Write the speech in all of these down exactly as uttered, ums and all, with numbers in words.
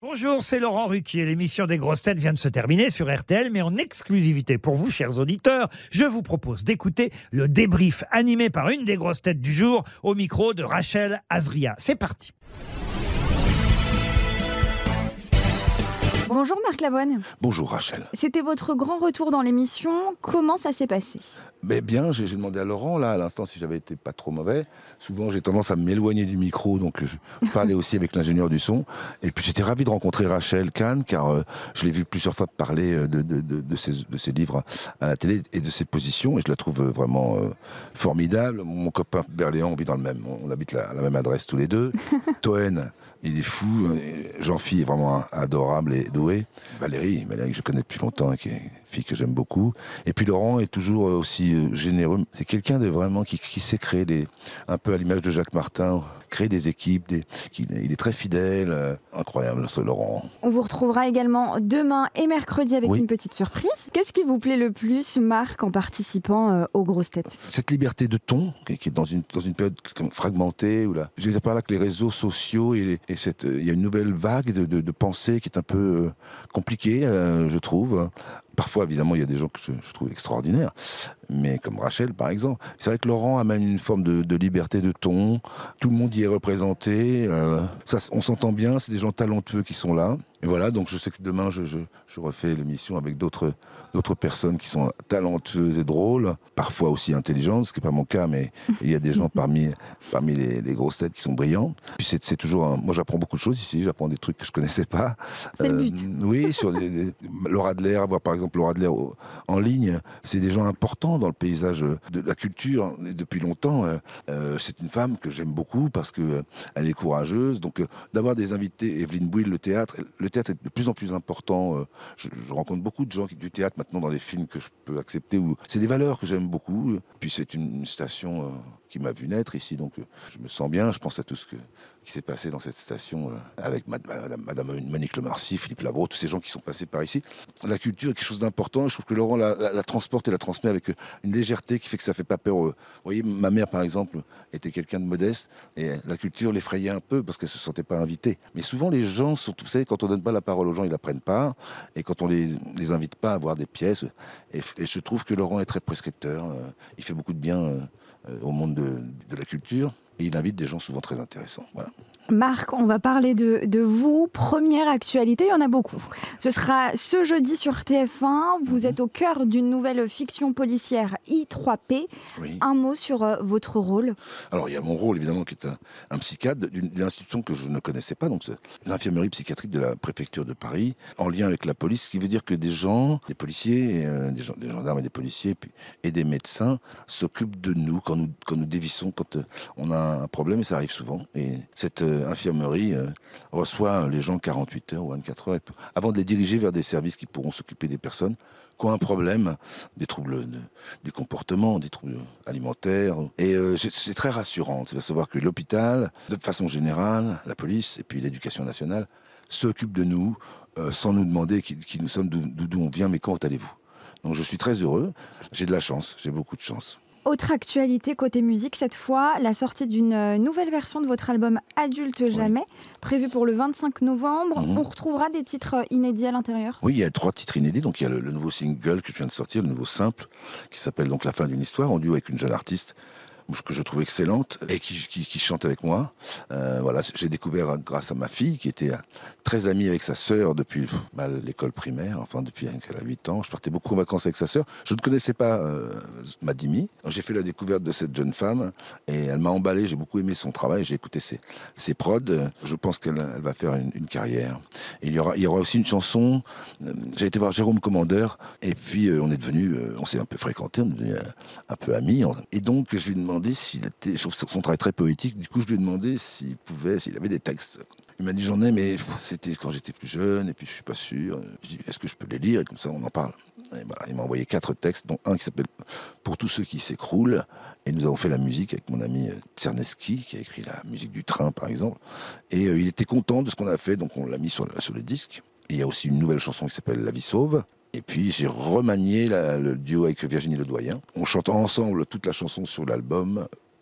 Bonjour, c'est Laurent Ruquier. L'émission des grosses têtes vient de se terminer sur R T L, mais en exclusivité pour vous, chers auditeurs, je vous propose d'écouter le débrief animé par une des grosses têtes du jour au micro de Rachel Azria. C'est parti. Bonjour Marc Lavoine. Bonjour Rachel. C'était votre grand retour dans l'émission. Comment ça s'est passé ? Mais bien, j'ai, j'ai demandé à Laurent, là, à l'instant, si j'avais été pas trop mauvais. Souvent, j'ai tendance à m'éloigner du micro, donc je parlais aussi avec l'ingénieur du son. Et puis, j'étais ravi de rencontrer Rachel Kahn, car euh, je l'ai vu plusieurs fois parler de, de, de, de, ses, de ses livres à la télé et de ses positions, et je la trouve vraiment euh, formidable. Mon copain Berléand, on vit dans le même, on habite la, la même adresse tous les deux. Toen, il est fou. Jean-Phi est vraiment adorable et doué. Valérie, Valérie que je connais depuis longtemps et qui est une fille que j'aime beaucoup. Et puis Laurent est toujours aussi généreux. C'est quelqu'un de vraiment qui, qui sait créer des, un peu à l'image de Jacques Martin, créer des équipes. Des, qui, il est très fidèle, euh, incroyable ce Laurent. On vous retrouvera également demain et mercredi avec oui. une petite surprise. Qu'est-ce qui vous plaît le plus, Marc, en participant euh, aux grosses têtes ? Cette liberté de ton, qui, qui est dans une, dans une période fragmentée, où là, je veux dire par là que les réseaux sociaux et, les, et cette, il y a une nouvelle vague de, de, de pensée qui est un peu euh, compliquée, euh, je trouve. Parfois, évidemment, il y a des gens que je, je trouve extraordinaires, mais comme Rachel, par exemple. C'est vrai que Laurent amène une forme de, de liberté de ton. Tout le monde y est représenté. Euh, ça, on s'entend bien. C'est des gens talentueux qui sont là. Et voilà, donc je sais que demain, je, je, je refais l'émission avec d'autres, d'autres personnes qui sont talentueuses et drôles, parfois aussi intelligentes, ce qui n'est pas mon cas, mais il y a des gens parmi, parmi les, les grosses têtes qui sont brillants. Puis c'est, c'est toujours... Un, moi, j'apprends beaucoup de choses ici. J'apprends des trucs que je ne connaissais pas. C'est euh, le but. Oui, sur des, des, Laura Adler, voir par exemple Laura Adler au, en ligne, c'est des gens importants dans le paysage de la culture. Et depuis longtemps, euh, euh, c'est une femme que j'aime beaucoup parce qu'elle euh, est courageuse. Donc, euh, d'avoir des invités, Evelyne Bouil, le théâtre... Le théâtre est de plus en plus important. Je, je rencontre beaucoup de gens qui du théâtre maintenant dans des films que je peux accepter. Où c'est des valeurs que j'aime beaucoup. Puis c'est une, une station euh, qui m'a vu naître ici, donc euh, je me sens bien. Je pense à tout ce que, qui s'est passé dans cette station euh, avec Madame, Madame Monique Lemarcy, Philippe Labro, tous ces gens qui sont passés par ici. La culture est quelque chose d'important. Je trouve que Laurent la, la, la transporte et la transmet avec une légèreté qui fait que ça fait pas peur. Vous voyez, ma mère par exemple était quelqu'un de modeste et la culture l'effrayait un peu parce qu'elle se sentait pas invitée. Mais souvent les gens sont, vous savez, quand on donne pas la parole aux gens, ils la prennent pas. Et quand on les, les invite pas à voir des pièces, et, et je trouve que Laurent est très prescripteur. Euh, il fait beaucoup de bien euh, au monde de, de la culture. Et il invite des gens souvent très intéressants. Voilà. Marc, on va parler de, de vous. Première actualité, il y en a beaucoup. Ce sera ce jeudi sur T F un. Vous mmh. êtes au cœur d'une nouvelle fiction policière I trois P. Oui. Un mot sur euh, votre rôle. Alors, il y a mon rôle, évidemment, qui est un, un psychiatre d'une, d'une institution que je ne connaissais pas. Donc, c'est l'infirmerie psychiatrique de la préfecture de Paris, en lien avec la police, ce qui veut dire que des gens, des policiers, euh, des, gens, des gendarmes et des policiers, puis, et des médecins s'occupent de nous quand nous, quand nous dévissons, quand euh, on a un problème, et ça arrive souvent. Et cette euh, infirmerie euh, reçoit les gens quarante-huit heures ou vingt-quatre heures avant de les diriger vers des services qui pourront s'occuper des personnes qui ont un problème, des troubles de, du comportement, des troubles alimentaires. Et euh, c'est très rassurant de savoir que l'hôpital, de façon générale, la police et puis l'éducation nationale s'occupent de nous euh, sans nous demander qui, qui nous sommes, d'où, d'où on vient, mais quand allez-vous. Donc je suis très heureux, j'ai de la chance, j'ai beaucoup de chance. Autre actualité côté musique, cette fois, la sortie d'une nouvelle version de votre album Adulte Jamais, oui. prévue pour le vingt-cinq novembre. Mmh. On retrouvera des titres inédits à l'intérieur ? Oui, il y a trois titres inédits. Donc il y a le, le nouveau single que je viens de sortir, le nouveau simple, qui s'appelle donc La fin d'une histoire, en duo avec une jeune artiste que je trouve excellente et qui, qui, qui chante avec moi. Euh, voilà, j'ai découvert grâce à ma fille qui était très amie avec sa sœur depuis bah, l'école primaire, enfin depuis qu'elle a huit ans. Je partais beaucoup en vacances avec sa sœur. Je ne connaissais pas euh, Madimi. Donc, j'ai fait la découverte de cette jeune femme et elle m'a emballé. J'ai beaucoup aimé son travail. J'ai écouté ses, ses prods. Je pense qu'elle elle va faire une, une carrière. Et il y aura, il y aura aussi une chanson. Euh, j'ai été voir Jérôme Commandeur et puis euh, on est devenu, euh, on s'est un peu fréquenté, on est devenu euh, un peu amis. Et donc je lui ai demandé s'il était, je trouve son travail très poétique, du coup je lui ai demandé s'il pouvait, s'il avait des textes. Il m'a dit j'en ai, mais c'était quand j'étais plus jeune, et puis je suis pas sûr. Je dis est-ce que je peux les lire, et comme ça on en parle. Et voilà, il m'a envoyé quatre textes, dont un qui s'appelle Pour tous ceux qui s'écroulent, et nous avons fait la musique avec mon ami Czerneski, qui a écrit la musique du train par exemple, et euh, il était content de ce qu'on a fait, donc on l'a mis sur le, sur le disque. Et il y a aussi une nouvelle chanson qui s'appelle La vie sauve. Et puis j'ai remanié la, le duo avec Virginie Ledoyen. On chante ensemble toute la chanson sur l'album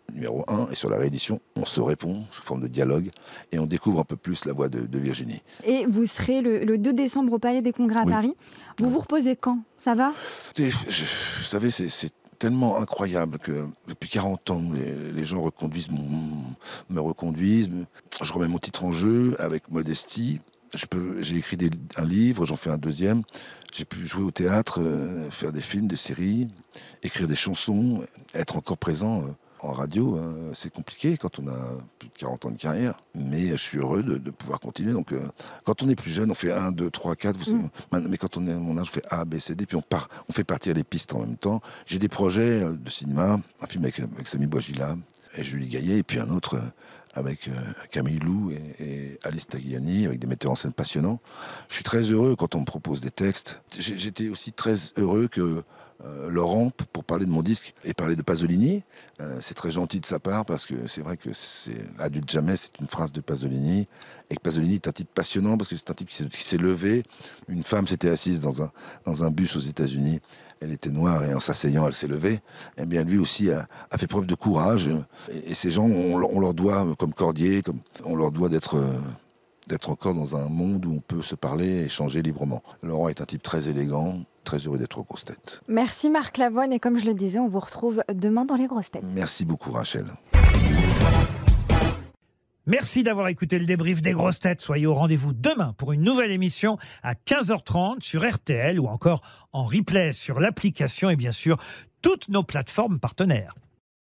numéro un, et sur la réédition, on se répond sous forme de dialogue et on découvre un peu plus la voix de, de Virginie. Et vous serez le, le deux décembre au Palais des Congrès à Oui. Paris. Vous vous reposez quand? Ça va? Écoutez, je- vous savez, c'est c'est tellement incroyable que depuis quarante ans, les, les gens reconduisent mon, me reconduisent. me- Je remets mon titre en jeu avec modestie. Je peux, j'ai écrit des- un livre, j'en fais un deuxième. J'ai pu jouer au théâtre, euh, faire des films, des séries, écrire des chansons, être encore présent euh, en radio. euh, c'est compliqué quand on a plus de quarante ans de carrière, mais je suis heureux de, de pouvoir continuer. Donc, euh, quand on est plus jeune, on fait un, deux, trois, quatre. Vous savez, mais quand on est à mon âge, on fait A, B, C, D, puis on part, on fait partir les pistes en même temps. J'ai des projets euh, de cinéma, un film avec, avec Samy Bouajila et Julie Gaillet, et puis un autre euh, avec euh, Camille Lou et, et Alice Tagliani, avec des metteurs en scène passionnants. Je suis très heureux quand on me propose des textes. J'ai- J'étais aussi très heureux que euh, Laurent, pour, pour parler de mon disque et parler de Pasolini, euh, c'est très gentil de sa part parce que c'est vrai que c'est adulte jamais, c'est une phrase de Pasolini, et que Pasolini est un type passionnant parce que c'est un type qui s'est- qui s'est levé. Une femme s'était assise dans un, dans un bus aux États-Unis. Elle était noire et en s'asseyant, elle s'est levée. Eh bien, lui aussi a, a fait preuve de courage. Et, et ces gens, on, leur- on leur doit, comme Cordier, comme, on leur doit d'être euh, d'être encore dans un monde où on peut se parler et échanger librement. Laurent est un type très élégant, très heureux d'être aux grosses têtes. Merci Marc Lavoine, et comme je le disais, on vous retrouve demain dans les grosses têtes. Merci beaucoup, Rachel. Merci d'avoir écouté le débrief des grosses têtes. Soyez au rendez-vous demain pour une nouvelle émission à quinze heures trente sur R T L ou encore en replay sur l'application et bien sûr toutes nos plateformes partenaires.